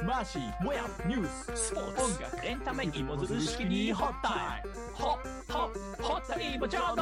マシもやニューススポーツ音楽エンタメ芋づる式にホッタイムホッタイムジャーナ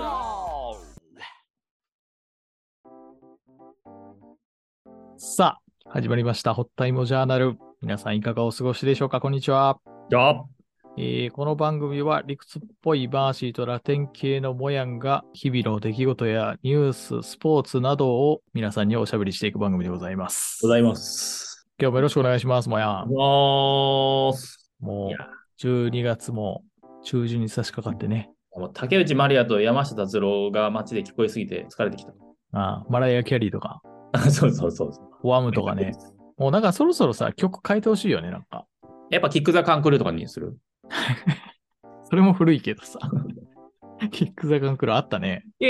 ル。さあ始まりましたホッタイムジャーナル。皆さんいかがお過ごしでしょうか。こんにちは。この番組は理屈っぽいバーシーとラテン系のモヤンが日々の出来事やニュース、スポーツなどを皆さんにおしゃべりしていく番組でございます。今日もよろしくお願いします、モヤン。もう12月も中旬に差し掛かってね。 竹内まりやと山下達郎が街で聞こえすぎて疲れてきた。 マライア・キャリーとか。 そう。 ワムとかね。もうなんかそろそろさ、曲変えてほしいよね、なんか。 やっぱキック・ザ・カンクルーとかにするそれも古いけどさ。キック・ザ・カンクルーあったね。 ケ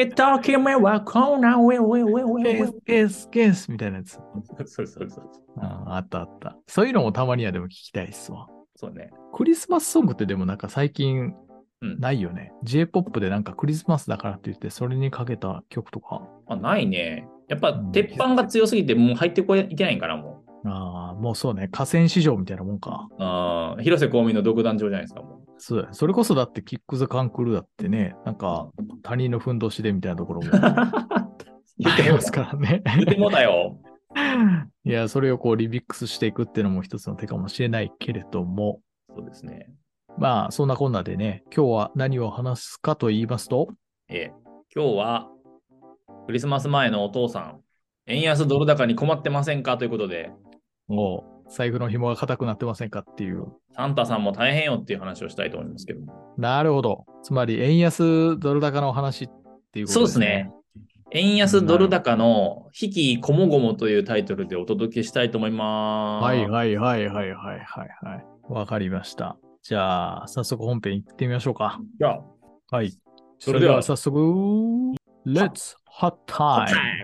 ースみたいなやつ。 そう。 あった。そういうのもたまにはでも聞きたいっすわ。 そうね。 クリスマスソングってでもなんか最近ないよね。J-POP でなんかクリスマスだからって言ってそれにかけた曲とか。 ないね。やっぱ鉄板が強すぎてもう入っていけないんかな、もう。 もうそうね。河川市場みたいなもんか。 広瀬香美の独壇場じゃないですか、もう。 それこそだってキック・ザ・カンクルーだってね、なんか他人のふんどしでみたいなところも言ってますからね。 言ってもだよ。 いや、それをこうリミックスしていくっていうのも一つの手かもしれないけれども。 そうですね。 まあ、そんなこんなでね、今日は何を話すかと言いますと、 今日はクリスマス前のお父さん、円安ドル高に困ってませんかということで、 もう財布の紐が硬くなってませんかっていう。 サンタさんも大変よっていう話をしたいと思いますけど。 なるほど。つまり、円安ドル高の話っていうことですね。 そうですね。円安ドル高の引きこもごもというタイトルでお届けしたいと思います。 はい。わかりました。じゃあ、早速本編行ってみましょうか。はい。それでは早速、Let's Hot Time!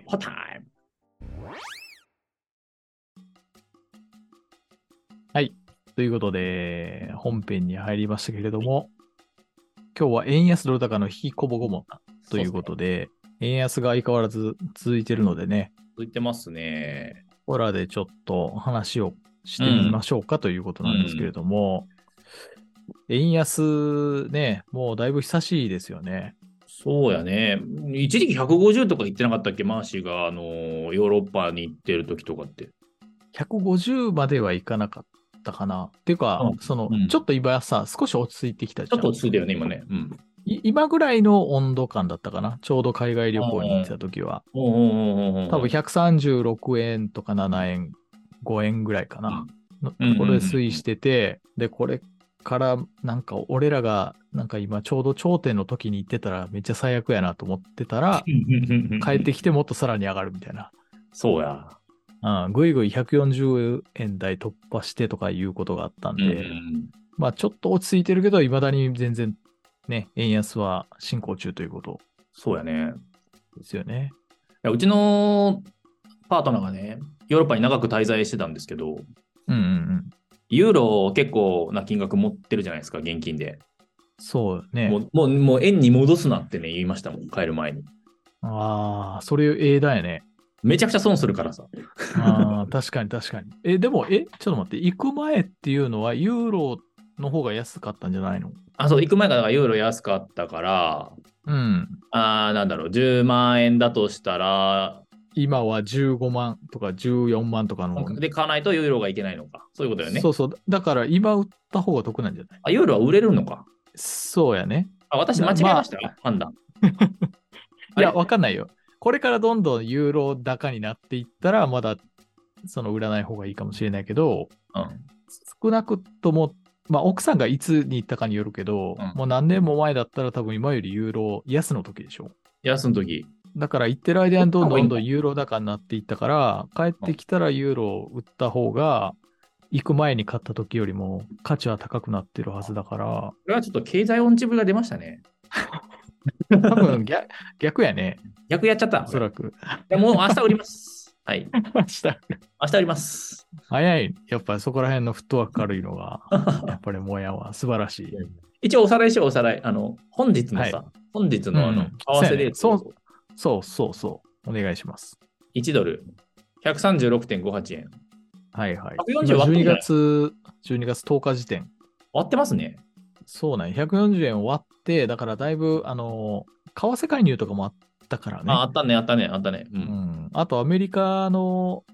はい。ということで、本編に入りましたけれども、今日は円安ドル高の引きこぼごもということで、円安が相変わらず続いてるのでね。 続いてますね。 これでちょっと話をしてみましょうかということなんですけれども、円安ね、もうだいぶ久しいですよね。 そうやね。一時期150とか言ってなかったっけ、マーシーがヨーロッパに行ってる時とかって。 150まではいかなかったかな。っていうか、ちょっと今さ、少し落ち着いてきたじゃん。 ちょっと落ち着いたよね、今ね。 今ぐらいの温度感だったかな。ちょうど海外旅行に行ってた時は。多分136円とか7円、5円ぐらいかな。のところで推移してて、で、これからなんか俺らがなんか今ちょうど頂点の時に行ってたらめっちゃ最悪やなと思ってたら、帰ってきてもっとさらに上がるみたいな。 そうや。 ぐいぐい140円台突破してとかいうことがあったんで、まあちょっと落ち着いてるけど、未だに全然ね、円安は進行中ということ。 そうやね。 ですよね。 うちのパートナーがね、ヨーロッパに長く滞在してたんですけど、ユーロ結構な金額持ってるじゃないですか、現金で。 そうね。 もう円に戻すなってね、言いましたもん、帰る前に。 それだよね。 めちゃくちゃ損するからさ。 確かに。でも、ちょっと待って、行く前っていうのはユーロの方が安かったんじゃないの？ そう、行く前からユーロ安かったから、なんだろう、10万円だとしたら、 今は15万とか14万とかの。 で買わないとユーロがいけないのか。そういうことだよね。 そう。だから今売った方が得なんじゃない？ ユーロは売れるのか。 そうやね。 私間違えました、判断。 いや、わかんないよ。これからどんどんユーロ高になっていったら、まだ売らない方がいいかもしれないけど、少なくとも、奥さんがいつに行ったかによるけど、もう何年も前だったら多分今よりユーロ安の時でしょ。 安の時。 だから行ってる間にどんどんユーロ高になっていったから、帰ってきたらユーロを売った方が、行く前に買った時よりも価値は高くなってるはずだから。これはちょっと経済音痴ぶりが出ましたね。 多分逆やね。 逆やっちゃった。 おそらく。 もう明日売ります。はい。 明日売ります。 早い。やっぱりそこら辺のフットワーク軽いのが、やっぱりもやは素晴らしい。 一応おさらいしよう、おさらい。本日のさ、本日の為替レート。 そう。お願いします。 1ドル、136.58円。 はいはい。 140 今12 割ってんじゃない月、12月10日時点。 割ってますね。 そうなん、140円割って、だからだいぶ、為替介入とかもあったからね。 あったね、あったね、あったね。ううん。 ん。あと、アメリカの、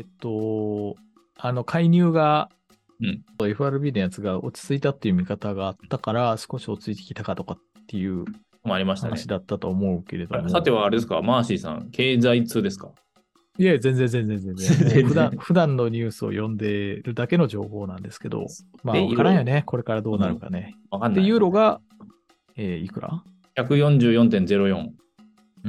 介入が、 うん。 FRB のやつが落ち着いたっていう見方があったから、少し落ち着いてきたかとかっていうもありましたね。 話だったと思うけれども。 さてはあれですか、マーシーさん、経済通ですか？ いや、全然全然全然。もう全然。 普段のニュースを読んでるだけの情報なんですけど、まあ、 で、 わユーロ、 からんよね。これからどうなるかね。で、 わかんない。 ユーロが、いくら？ 144.04。 うん。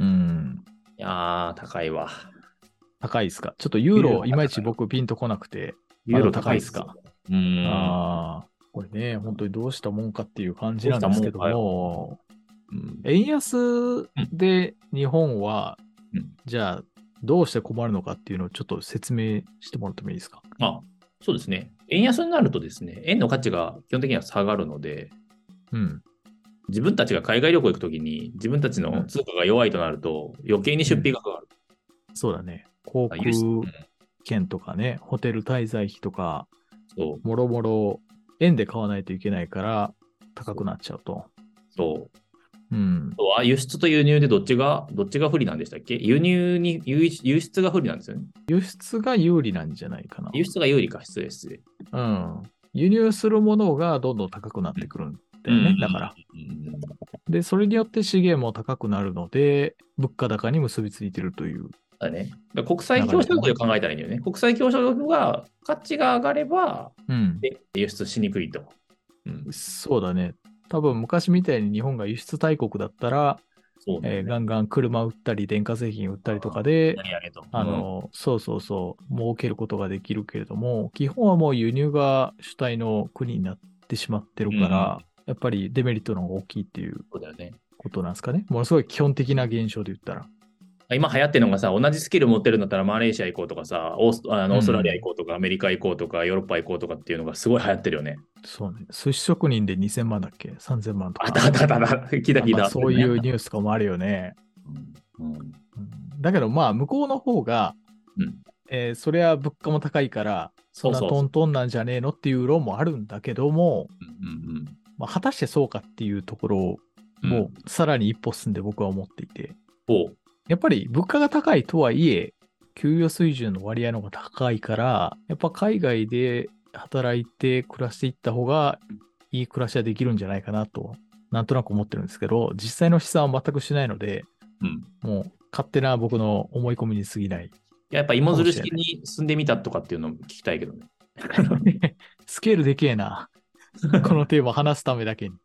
いやー、高いわ。 高いですか？ちょっとユーロ、いまいち僕ピンとこなくて、まだユーロ高いっすよ。 高いですか？ ん。 ああ、これね、本当にどうしたもんかっていう感じどうしたなんですけどもんかよ。 も、 うん。 円安で日本は、 うん。 じゃあ、どうして困るのかっていうのをちょっと説明してもらってもいいですか？ あ、そうですね。円安になるとですね、円の価値が基本的には下がるので、 うん。 自分たちが海外旅行行くときに、自分たちの通貨が弱いとなると、余計に出費がかかる。 そうだね。航空券とかね、ホテル滞在費とか、 そう。 もろもろ円で買わないといけないから高くなっちゃうと。 そう。 うん。 輸出と輸入でどっちが不利なんでしたっけ？輸出が不利なんですよね。 輸出が有利なんじゃないかな。 輸出が有利か、失礼失礼。 うん。輸入するものがどんどん高くなってくるんだよね。 うんだから。 うんで、それによって資源も高くなるので、物価高に結びついているというだね。だから国際競争力で考えたらいいんだよね。国際競争力が価値が上がれば、 うん。 輸出しにくいと。うん、 そうだね。多分昔みたいに日本が輸出大国だったら、 そうだよね。 ガンガン車売ったり、電化製品売ったりとかで、 やれやれと。 そうそうそう、儲けることができるけれども、基本はもう輸入が主体の国になってしまってるから、やっぱりデメリットの方が大きいっていうそうだよね。 ことなんですかね。ものすごい基本的な現象で言ったら。 今流行ってるのがさ、同じスキル持ってるんだったらマレーシア行こうとかさ、オーストラリア行こうとか、アメリカ行こうとか、ヨーロッパ行こうとかっていうのがすごい流行ってるよね。 そうね。寿司職人で2000万だっけ？ 3000 万とあか。 たあたあたあた、聞いた聞いた。 そういうニュースとかもあるよね。 うんうんうんだけどまあ、向こうの方が、それは物価も高いから、そんなトントンなんじゃねえのっていう論もあるんだけども、まあ、果たしてそうかっていうところを、もうさらに一歩進んで僕は思っていて、やっぱり物価が高いとはいえ、給与水準の割合の方が高いから、やっぱ海外で働いて暮らしていった方がいい暮らしはできるんじゃないかなと、なんとなく思ってるんですけど、実際の試算は全くしないので、もう勝手な僕の思い込みに過ぎない。 やっぱ芋づる式に住んでみたとかっていうのも聞きたいけどね。 スケールでけえな。このテーマ話すためだけに。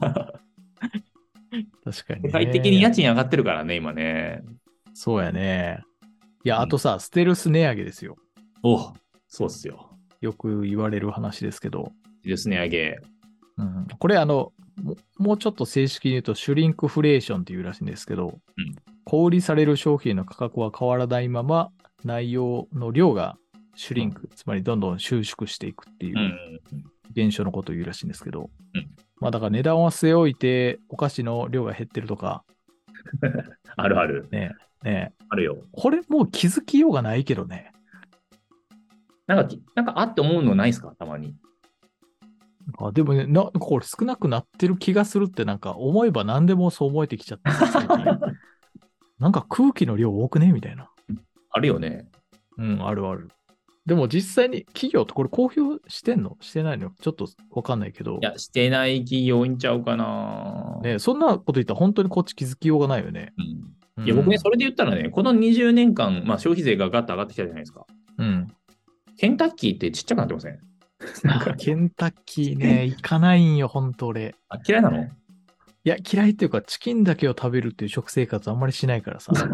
確かに、ね。 世界的に家賃上がってるからね、今ね。 そうやね。いや、あとさ、ステルス値上げですよ。 そうっすよ。 よく言われる話ですけど。 ステルス値上げ。 これもうちょっと正式に言うと、シュリンクフレーションっていうらしいんですけど、小売りされる商品の価格は変わらないまま、内容の量がシュリンク、つまりどんどん収縮していくっていう現象のことを言うらしいんですけど、まあだから値段は据え置いて、お菓子の量が減ってるとか。 あるある。 ね。 あるよ。 これもう気づきようがないけどね。 なんかあって思うのないですか、たまに。 でもね、これ少なくなってる気がするってなんか思えば何でもそう思えてきちゃって最近。なんか空気の量多くねみたいな。 あるよね。 あるある。でも実際に企業ってこれ公表してんのしてないのちょっとわかんないけど。 いや、してない企業いんちゃうかな。 ね、そんなこと言ったら本当にこっち気づきようがないよね。 いや、僕ね、それで言ったらね、この20年間、消費税がガッと上がってきたじゃないですか。ケンタッキーってちっちゃくなってません？ ケンタッキーね、行かないんよ、本当俺。 嫌いなの？ いや、嫌いっていうか、チキンだけを食べるっていう食生活あんまりしないからさ。 そう。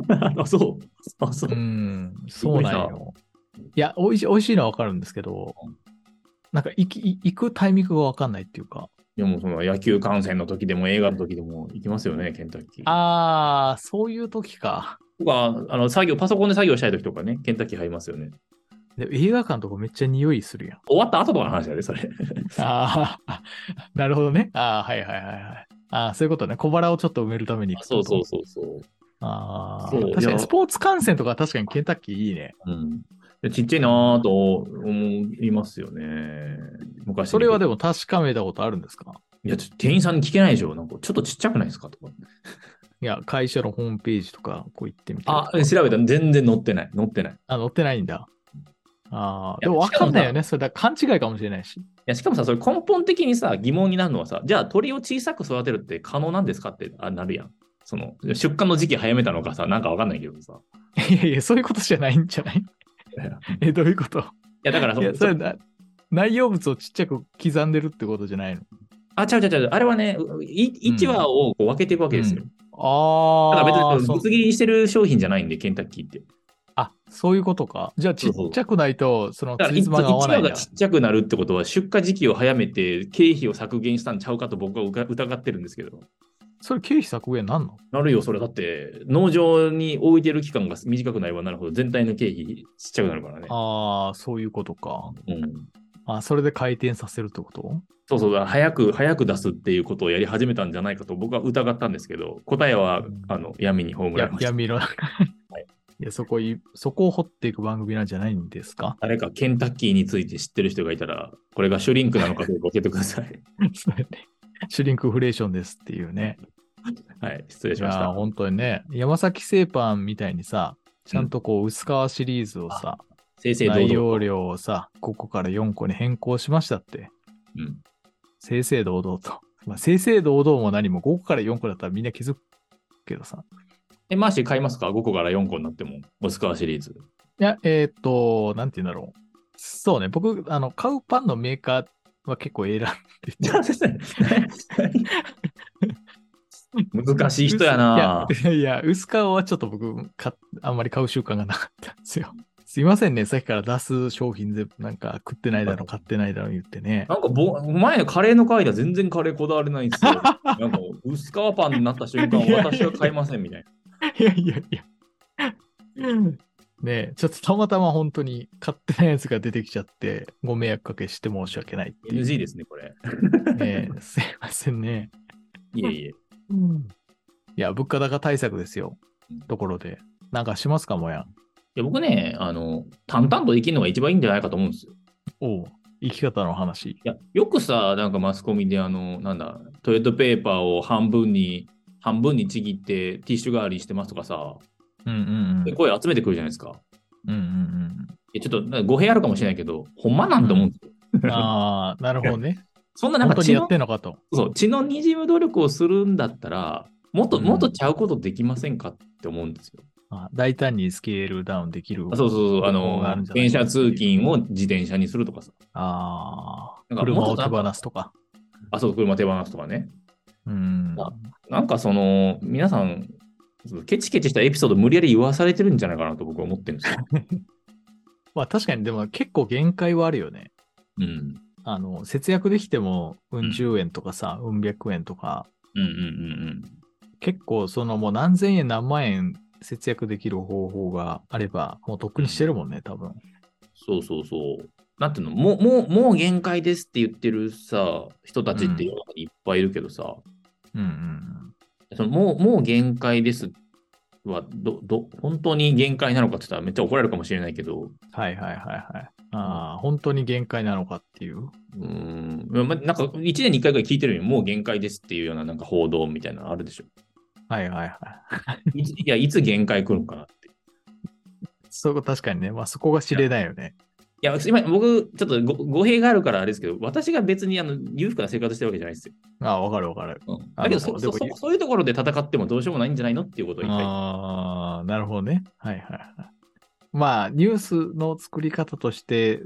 そうなんよ。いや、美味しいのはわかるんですけど、なんか行くタイミングがわかんないっていうか。 でも、その野球観戦の時でも映画の時でも行きますよね、ケンタッキー。そういう時か。 僕は、パソコンで作業したい時とかね、ケンタッキー入りますよね。 で映画館とかめっちゃ匂いするやん。 終わった後とかの話だね、それ。 なるほどね。はいはいはいはい。そういうことね。小腹をちょっと埋めるために行くと。 そう。 確かにスポーツ観戦とか確かにケンタッキーいいね。 ちっちゃいなぁと思いますよね。昔。 それはでも確かめたことあるんですか？ いや、店員さんに聞けないでしょ。なんかちょっとちっちゃくないですかとか。 いや、会社のホームページとか、こう行ってみたりとあ、 か。 調べたら全然載ってない。載ってない。いあ、載ってないんだ。ああ、でや、 も分しかもさ、 かんないよね。それだから勘違いかもしれないし。 しかもさ、それ根本的にさ、疑問になるのはさ、じゃあ鳥を小さく育てるって可能なんですかってなるやん。その、出荷の時期早めたのかさ、なんかわかんないけどさ。 いやいや、そういうことじゃないんじゃない？どういうこと？ だからいや、それ内容物をちっちゃく刻んでるってことじゃないの？ 違う。あれはね、1話をこう分けていくわけですよ。だから別ああ、 にぶつ切りしてる商品じゃないんで、ケンタッキーって。 あ、そういうことか。じゃあちっちゃくないと、そのだからつりつまが合わないん 1話がだ。 ちっちゃくなるってことは、出荷時期を早めて経費を削減したんちゃうかと僕は疑ってるんですけど。 それ経費削減なんの？ なるよ、それだって、農場に置いてる期間が短くなればなるほど、全体の経費ちっちゃくなるからね。 ああ、そういうことか。 うん。 あ、それで回転させるってこと？ そうそう、早く出すっていうことをやり始めたんじゃないかと僕は疑ったんですけど、答えは、闇に葬られました。 闇の中。 はい、 いや、そこを掘っていく番組なんじゃないんですか？ 誰かケンタッキーについて知ってる人がいたら、これがシュリンクなのかどうか教えてください。 そうね。シュリンクフレーションですっていうね。 はい、失礼しいやー、 ました。 本当にね、山崎製パンみたいにさ、ちゃんとこう、薄皮シリーズをさ、 正々堂内容 々と。 量をさ、5個から4個に変更しましたって。 うん。 正々堂々と。まあ、正々堂々も何も5個から4個だったらみんな気づくけどさ。 マーシー買いますか？ 5 個から4個になっても、モスカワシリーズ。 いや、なんて言うんだろう。そうね、僕、買うパンのメーカーは結構選んでて。 難しい人やな。 いや、薄皮はちょっと僕、あんまり買う習慣がなかったんですよ。すいませんね、さっきから出す商品で、なんか食ってないだろ、買ってないだろ言ってね。 なんか前のカレーの回では全然カレーこだわれないんですよ。なんか薄皮パンになった瞬間、私は買いませんみたいな。 いやいやいや。ねえ、ちょっとたまたま本当に買ってないやつが出てきちゃって、ご迷惑かけして申し訳ないっていう。 NG ですね、これ。 ねえ、すいませんね。 いえいえ。 いや、物価高対策ですよ。ところで。なんかしますか、もや。 いや僕ね、淡々と生きるのが一番いいんじゃないかと思うんですよ。 おう、生き方の話。 いや、よくさ、なんかマスコミでなんだ、トイレットペーパーを半分にちぎってティッシュ代わりにしてますとかさ、で声集めてくるじゃないですか。ちょっと語弊あるかもしれないけど、ほんまなんて思うんですよ。 ああ、なるほどね。 そんななんか本当にやってんのかと。 そう、血の滲む努力をするんだったら、もっとちゃうことできませんかって思うんですよ。 大胆にスケールダウンできるそうそうそう、 方法があるんじゃない電車かっていう。 通勤を自転車にするとかさ。 ああ、 なんかも車を手っとなんか、 放すとか。 そう、車手放すとかね。 うん。 なんか皆さん、ケチケチしたエピソード無理やり言わされてるんじゃないかなと僕は思ってるんですよ。 まあ確かにでも結構限界はあるよね。 うん。 節約できても、うん十円とかさ、うん百円とか、結構もう何千円何万円節約できる方法があれば、もうとっくにしてるもんね、多分。 そうそうそう。なんていうの、もう限界ですって言ってるさ、人たちって世の中にいっぱいいるけどさ、もう限界ですは、本当に限界なのかって言ったらめっちゃ怒られるかもしれないけど。 はい。本当に限界なのかっていう。 なんか1年に1回ぐらい聞いてるよ。もう限界ですっていうようななんか報道みたいなのあるでしょ。いつ限界来るのかなって。 確かにね。まあそこが知れないよね。 いや、今僕、ちょっと語弊があるからあれですけど、私が別に裕福な生活してるわけじゃないですよ。 わかる。 だけどそういうところで戦ってもどうしようもないんじゃないのっていうことを言いたい。 なるほどね。まあ、ニュースの作り方として、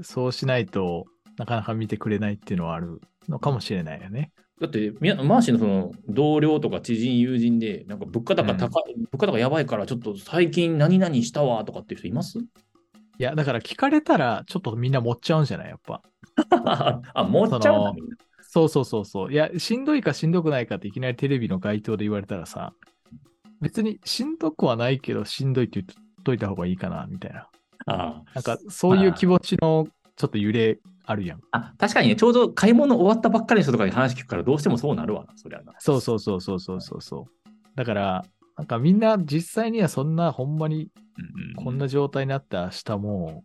そうしないとなかなか見てくれないっていうのはあるのかもしれないよね。 だって、マーシーのその同僚とか知人、友人で、なんか物価高やばいから、ちょっと最近何々したわとかっていう人います？ いや、だから聞かれたら、ちょっとみんな持っちゃうんじゃないやっぱ。 持っちゃうんだ、みんな。 そう。いや、しんどいかしんどくないかっていきなりテレビの街頭で言われたらさ、別にしんどくはないけど、しんどいって言っといた方がいいかな、みたいな。なんか、そういう気持ちのちょっと揺れあるやん。 確かにね、ちょうど買い物終わったばっかりの人とかに話聞くから、どうしてもそうなるわな、そりゃな。 そう。だから、なんかみんな実際にはそんなほんまにこんな状態になって明日も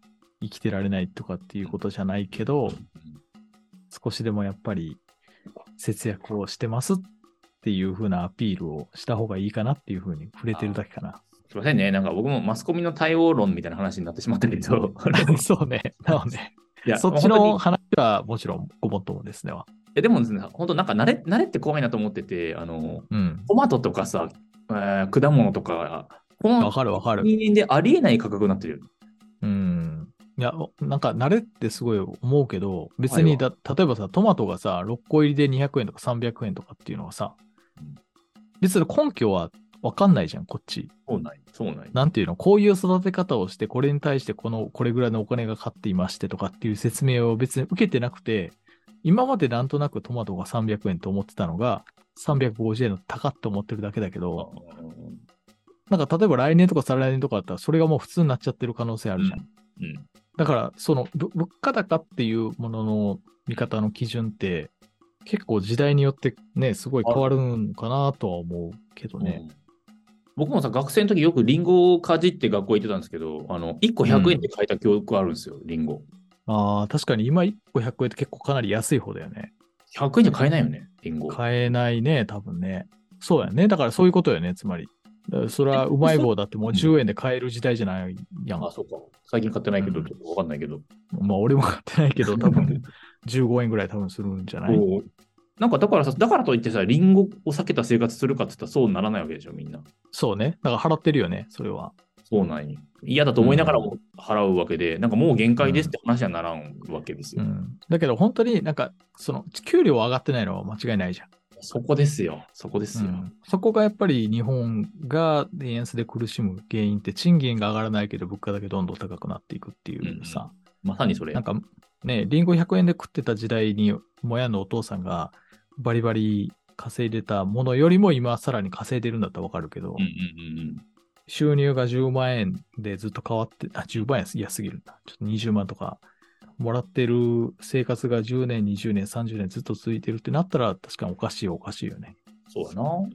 生きてられないとかっていうことじゃないけど、少しでもやっぱり節約をしてますっていう風なアピールをした方がいいかなっていう風に触れてるだけかな。 すいませんね。なんか僕もマスコミの対応論みたいな話になってしまったけど。 そうね。なので、いやそっちの話はもちろんごもっともですね。 でもですね、本当なんか慣れって怖いなと思ってて、トマトとかさ、果物とか、この2年でありえない価格になってるよ。 いや、なんか慣れってすごい思うけど、別に例えばさ、トマトがさ、6個入りで200円とか300円とかっていうのはさ、別に根拠はわかんないじゃん、こっち。 そうない。 なんていうの、こういう育て方をして、これに対してこれぐらいのお金がかかっていましてとかっていう説明を別に受けてなくて、今までなんとなくトマトが300円と思ってたのが、350円の高って思ってるだけだけど、なんか例えば来年とか再来年とかだったら、それがもう普通になっちゃってる可能性あるじゃん。だから、その物価高っていうものの見方の基準って、結構時代によってね、すごい変わるのかなとは思うけどね。 僕もさ、学生の時よくリンゴをかじって学校行ってたんですけど、1個100円で買えた教育あるんですよ、リンゴ。 ああ、確かに今1個100円って結構かなり安い方だよね。 100円じゃ買えないよね、リンゴ。 買えないね、多分ね。そうやね。だからそういうことよね、つまり。それはうまい棒だってもう10円で買える時代じゃないやん。 あ、そうか。最近買ってないけど、ちょっとわかんないけど。 まあ俺も買ってないけど、多分15円ぐらい多分するんじゃない？ なんかだからといってさ、リンゴを避けた生活するかって言ったらそうならないわけでしょ、みんな。 そうね。だから払ってるよね、それは。 そうなんよ。嫌だと思いながらも払うわけで、なんかもう限界ですって話にはならんわけですよ。 だけど本当になんか、その給料上がってないのは間違いないじゃん。 そこですよ。そこがやっぱり日本が円安で苦しむ原因って賃金が上がらないけど物価だけどんどん高くなっていくっていうさ。 まさにそれ。 なんかね、リンゴ100円で食ってた時代にもやのお父さんがバリバリ稼いでたものよりも今さらに稼いでるんだったらわかるけど、収入が10万円でずっと変わって、10万円安すぎるんだ。ちょっと20万とかもらってる生活が10年、20年、30年ずっと続いてるってなったら確かにおかしいよね。 そうやな。ちょ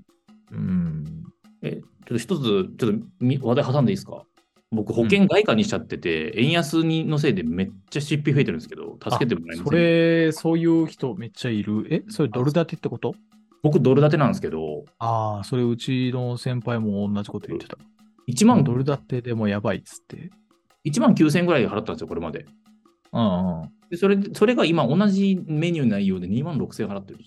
っと一つ、ちょっと話題挟んでいいですか？僕、保険外貨にしちゃってて、円安のせいでめっちゃ出費増えてるんですけど、助けてもらえません？ そういう人めっちゃいる。それドル建てってこと？ 僕、ドル建てなんですけど。 それうちの先輩も同じこと言ってた。 1万ドル建てでもやばいっつって。 1万9000円ぐらい払ったんですよ、これまで。でそれが今同じメニュー内容で2万6000円払ってるん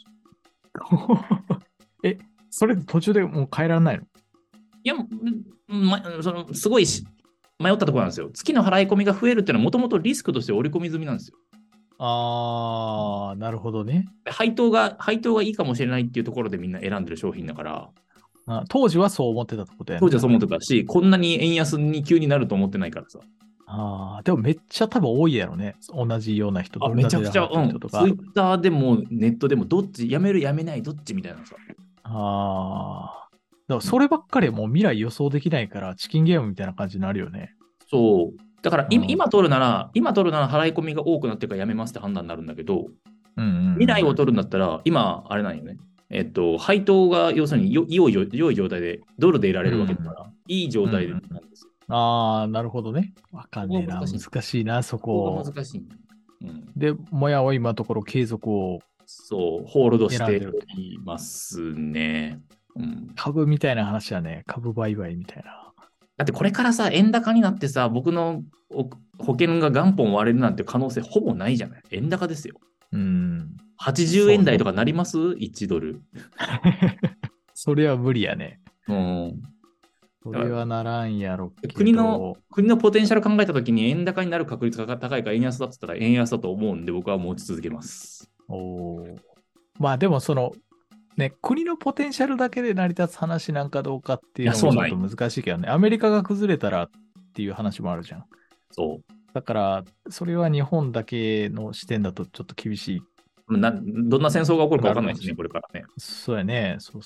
です。それ途中でもう変えられないの？ いや、すごい迷ったところなんですよ。月の払い込みが増えるっていうのはもともとリスクとして織り込み済みなんですよ。 なるほどね。 配当がいいかもしれないっていうところでみんな選んでる商品だから。 当時はそう思ってたってことやね。 当時はそう思ってたし、こんなに円安に急になると思ってないからさ。 でもめっちゃ多分多いやろね。同じような人とか。 めちゃくちゃ、ツイッターでもネットでもどっち、やめるやめないどっちみたいなさ。 だからそればっかりもう未来予想できないからチキンゲームみたいな感じになるよね。 そう。だから今取るなら払い込みが多くなってからやめますって判断になるんだけど、未来を取るんだったら今あれなんよね。配当が要するに良い状態でドルで得られるわけだから、いい状態なんですよ。なるほどね。わかんねえな。難しいな、そこ。 難しい。 で、もやは今のところ継続をホールドしていますね。 株みたいな話はね、株売買みたいな。 だってこれからさ、円高になってさ、僕の保険が元本割れるなんて可能性ほぼないじゃない。円高ですよ。80円台とかなります ?1 ドル。 それは無理やね。それはならんやろけど。 国のポテンシャル考えたときに円高になる確率が高いか円安だって言ったら円安だと思うんで僕は持ち続けます。 まあでも国のポテンシャルだけで成り立つ話なんかどうかっていうのもちょっと難しいけどね。アメリカが崩れたらっていう話もあるじゃん。 そう。 だから、それは日本だけの視点だとちょっと厳しい。 どんな戦争が起こるか分かんないですね、これからね。 そうやね。そう。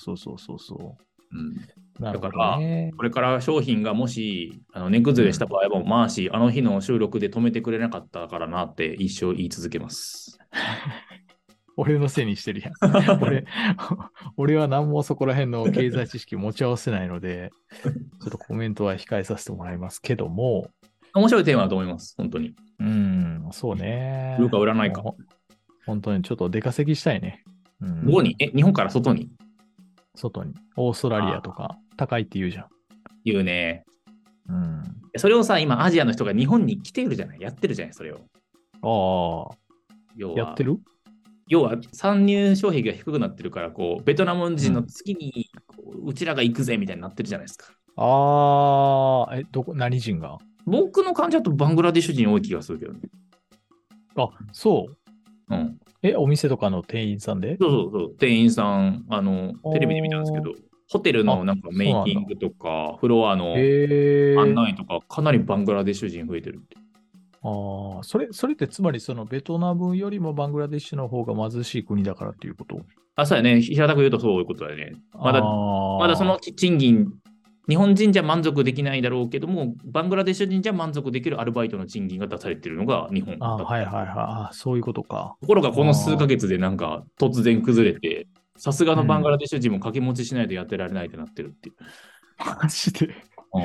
だから、これから商品がもし値崩れした場合も、あの日の収録で止めてくれなかったからなって一生言い続けます。 俺のせいにしてるやん。俺は何もそこら辺の経済知識持ち合わせないので、ちょっとコメントは控えさせてもらいますけども、 面白いテーマだと思います、本当に。 そうね。 売るか売らないか。 本当にちょっと出稼ぎしたいね。 どこに日本から外に外に。オーストラリアとか高いって言うじゃん。 言うね。 うん。 それをさ、今アジアの人が日本に来ているじゃない、やってるじゃない、それを。 ああ。やってる？ 要は参入障壁が低くなってるから、こう、ベトナム人の次に、うちらが行くぜみたいになってるじゃないですか。 何人が？ 僕の感じだとバングラデシュ人多い気がするけどね。 あ、そう。うん。 お店とかの店員さんで？ そうそうそう。店員さん、テレビで見たんですけど、ホテルのなんかメイキングとか、フロアの案内とか、かなりバングラデシュ人増えてるって。 それってつまりそのベトナムよりもバングラデシュの方が貧しい国だからっていうこと？ そうやね。平たく言うとそういうことだよね。まだその賃金、日本人じゃ満足できないだろうけども、バングラデシュ人じゃ満足できるアルバイトの賃金が出されているのが日本だった。 はいはいはい。そういうことか。 ところがこの数ヶ月でなんか突然崩れて、さすがのバングラデシュ人も掛け持ちしないとやってられないってなってるっていう。 マジで。 うん。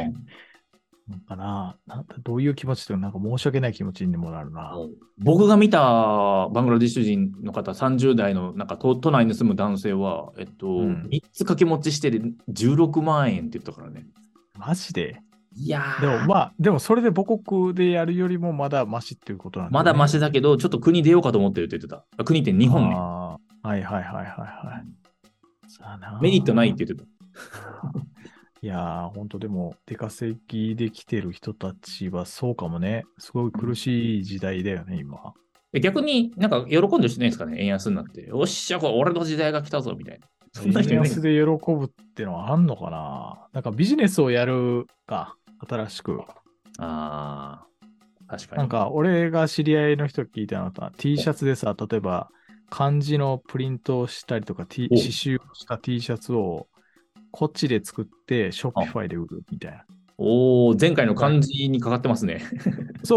どういう気持ちってなんか申し訳ない気持ちにもなるな。 僕が見たバングラデシュ人の方、30代のなんか都内に住む男性は、3つ掛け持ちして16万円って言ったからね。 マジで？ いやでもそれで母国でやるよりもまだマシっていうことなんだよね。 まだマシだけど、ちょっと国出ようかと思ってるって言ってた。国って日本ね。 はい。 メリットないって言ってた。 いやー、本当でも、出稼ぎで来てる人たちはそうかもね。すごい苦しい時代だよね、今。 逆になんか喜んでしてないですかね、円安になって。よっしゃ、これ俺の時代が来たぞ、みたいな。 円安で喜ぶってのはあんのかな？なんかビジネスをやるか、新しく。 確かに。 なんか、俺が知り合いの人聞いたのは、T シャツでさ、例えば、漢字のプリントをしたりとか、刺繍をした T シャツをこっちで作って、ショッピファイで売るみたいな。 前回の漢字にかかってますね。 そう。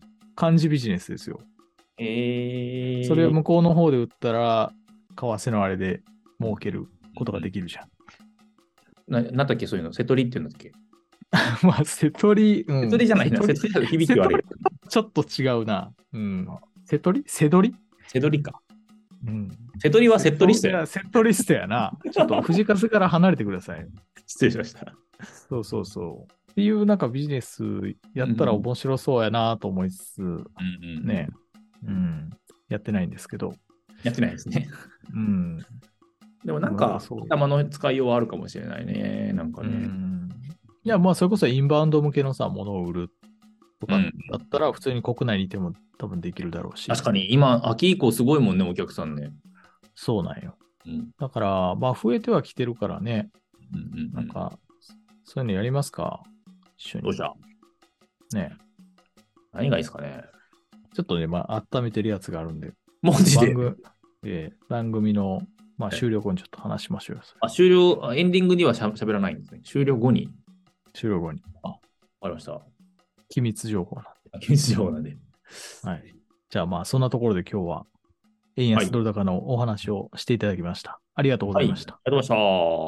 漢字ビジネスですよ。それを向こうの方で売ったら、為替のあれで儲けることができるじゃん。 なんだっけ、そういうの。セトリって言うんだっけ？ セトリ、 セトリじゃないな。セトリだと響き悪い。 ちょっと違うな。セトリセドリセドリか。 うんセトリはセットリストや。セットリストやな。ちょっと藤風から離れてください。 失礼しました。 そう。っていうなんかビジネスやったら面白そうやなと思いつつ、ね。やってないんですけど。 やってないですね。でもなんか、頭の使いようはあるかもしれないね。なんかね。 いや、まあ、それこそインバウンド向けのさ、ものを売るとかだったら、普通に国内にいても多分できるだろうし。 確かに、今、秋以降すごいもんね、お客さんね。 そうなんよ。だから、まあ、増えてはきてるからね。なんか、そういうのやりますか？一緒に。 どうした？ね。何がいいですかね。 ちょっとね、まあ、温めてるやつがあるんで。 マジで番組の、まあ、終了後にちょっと話しましょうよ。 終了、エンディングには喋らないんですね。終了後に。 終了後に。 わかりました。 機密情報なんで。 機密情報なんで。 はい。じゃあまあ、そんなところで今日は、円安ドル高のお話をしていただきました。ありがとうございました。 ありがとうござい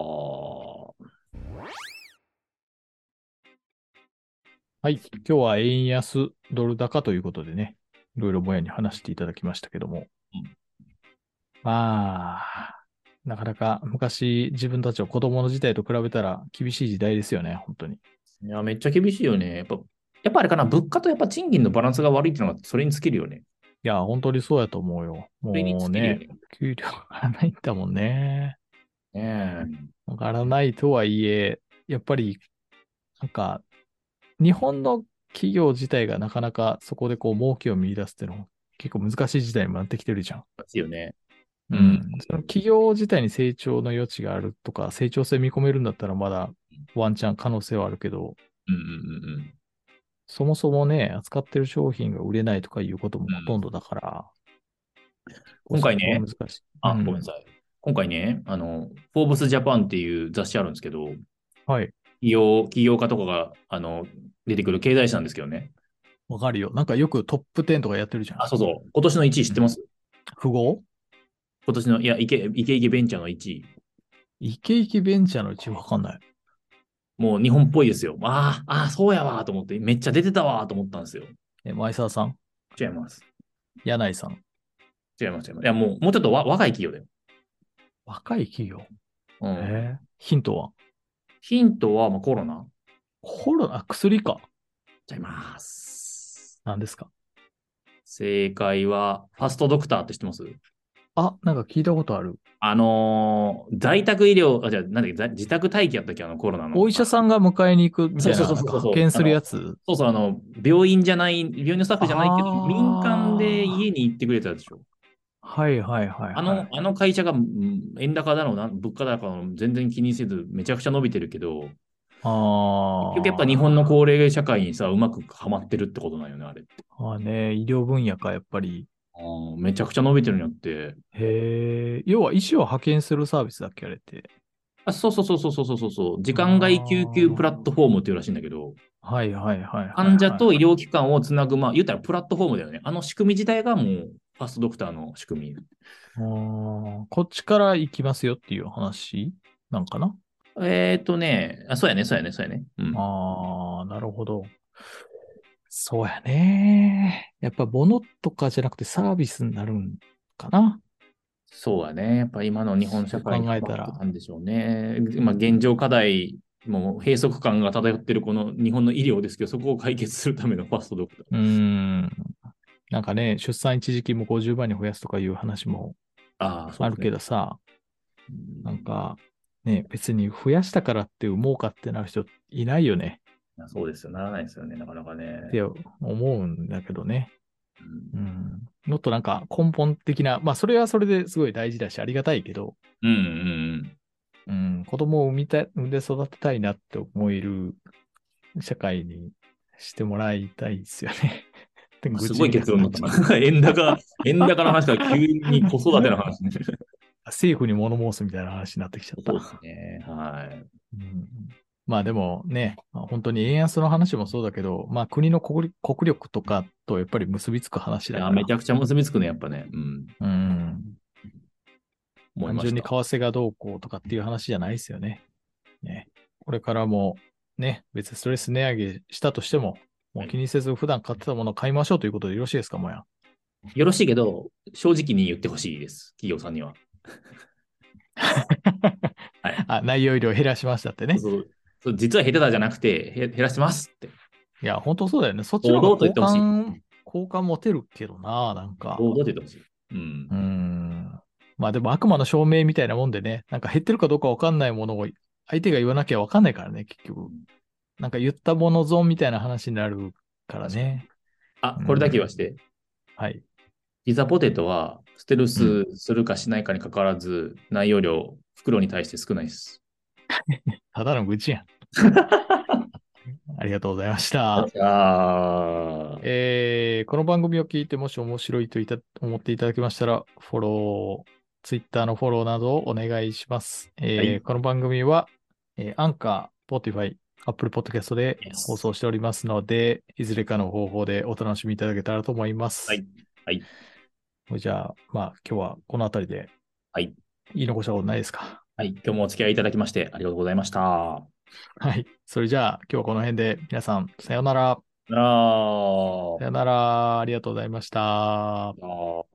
ました。 はい。今日は円安ドル高ということでね、いろいろもやに話していただきましたけども。まあ、なかなか昔自分たちを子供の時代と比べたら厳しい時代ですよね、本当に。 いや、めっちゃ厳しいよね。やっぱあれかな、物価とやっぱ賃金のバランスが悪いっていうのがそれに尽きるよね。 いや、本当にそうやと思うよ。もうね、給料上がらないんだもんね。上がらないとはいえ、やっぱり、なんか、日本の企業自体がなかなかそこでこう儲けを見出すっていうのも結構難しい時代になってきてるじゃん。 ですよね。 その企業自体に成長の余地があるとか、成長性見込めるんだったらまだワンチャン可能性はあるけど、そもそもね、扱ってる商品が売れないとかいうこともほとんどだから、 今回ね、 難しい。 ごめんなさい。今回ね、フォーブスジャパンっていう雑誌あるんですけど、 はい。 起業家とかが、出てくる経済誌なんですけどね。 わかるよ。なんかよくトップ10とかやってるじゃん。 そうそう。今年の1位知ってます？ 富豪？ 今年の、いや、イケイケベンチャーの1位。 イケイケベンチャーの1位わかんない。 もう日本っぽいですよ。そうやわと思って、めっちゃ出てたわと思ったんですよ。 前澤さん、 違います。 柳井さん。 違います、違います。いや、もうちょっと若い企業だよ。 若い企業。 うん。 ヒントはヒントは、コロナコロナ、薬か。 ちゃいます。 何ですか？ 正解は、ファストドクターって知ってます？ あ、なんか聞いたことある。 在宅医療、じゃあ、なんだっけ、自宅待機やったっけ、コロナの。 お医者さんが迎えに行くみそうそうたいな、 そうそうそう。 なんか派遣するやつ。 そうそう、病院じゃない、病院のスタッフじゃないけど、民間であ家に行ってくれたやつでしょ。 あ、はいはいはいはい。 あの会社が円高だろうな、物価高の全然気にせず、めちゃくちゃ伸びてるけど、結局やっぱ日本のあ高齢社会にさ、うまくはまってるってことなんよね、あれって。 あ、ね、医療分野か、やっぱり。 めちゃくちゃ伸びてるんやって。 へえ、要は医師を派遣するサービスだっけ、あれって。 そうそうそうそうそうそうそう。時間外救急プラットあフォームっていうらしいんだけど、 あ、はいはいはいはい患者と医はい。 療機関をつなぐ、言ったらプラットフォームだよね。あの仕組み自体がもう、ファストドクターの仕組み。 こっちから行きますよっていう話なんかな？ そうやね、そうやね、そうやね。うん。 ああ、なるほど。そうやね。やっぱ物とかじゃなくてサービスになるんかな。 そうやね。やっぱ今の日本そう考社会にハマってたえたら。 んでしょうね。現状課題、もう閉塞感が漂ってるこの日本の医療ですけど、そこを解決するためのファストドクター。 うーん。なんかね、出産一時金も50万に増やすとかいう話もああ、そうあるですね。 けどさ、 うん、 なんかね、別に増やしたからって産もうかってなる人いないよねそうですよ。ならないですよね。なかなかね。 って思うんだけどね。 うん、 うん。もっとなんか根本的な、まあそれはそれですごい大事だしありがたいけど、 うん、うん。 うん、子供を産んで育てたいなって思える社会にしてもらいたいですよね。で愚すごい痴みたい結論だったになっちゃう。 な。円高の話から急に子育ての話ね。 政府に物申すみたいな話になってきちゃっそうですた。 ね。はい。 うん、まあでもね、まあ、本当に円安の話もそうだけど、まあ国の国力とかとやっぱり結びつく話いや、 だから、 めちゃくちゃ結びつくね、やっぱね。うん。 うん、単純に為思いました。 替がどうこうとかっていう話じゃないですよね。ね。これからもね、別にストレス値上げしたとしても、もはい、 う気にせず普段買ってたものを買いましょうということでよろしいですか、もや。 よろしいけど、正直に言ってほしいです。企業さんには。はい。 あ、内容量減らしましたってね。 そう実は下手だじゃなくて、減らしてますって。 いや、本当そうだよね。そっちの堂々と言っ方がてほしい。 好感持てるけどな、なんか。 堂々と言ってほしい。うん。 まあでも悪魔の証明みたいなもんでね、なんか減ってるかどうかわかんないものを相手が言わなきゃわかんないからね、結局。なんか言ったもの損みたいな話になるから確かに。 ね。 これだけうん。 はして。 はい。 ピザポテトはステルうん。 スするかしないかにかかわらず、内容量、袋に対して少ないです。 ただの愚痴やん。ありがとうございました。 ああ。 この番組を聞いてもし面白いと思っていただけましたら、フォロー、ツイッターのフォローなどをお願いします。 はい。 この番組は、アンカー、Spotify、Apple Podcast で放 Yes。 送しておりますので、いずれかの方法でお楽しみいただけたらと思います。 はい。はい。 じゃあ、まあ、今日はこの辺りではい。 言い残したことないですか？ はい。今日もお付き合いいただきましてありがとうございました。 はい。それじゃあ、今日はこの辺で皆さん、さようなら。 ああ。 さようなら。ありがとうございました。 あー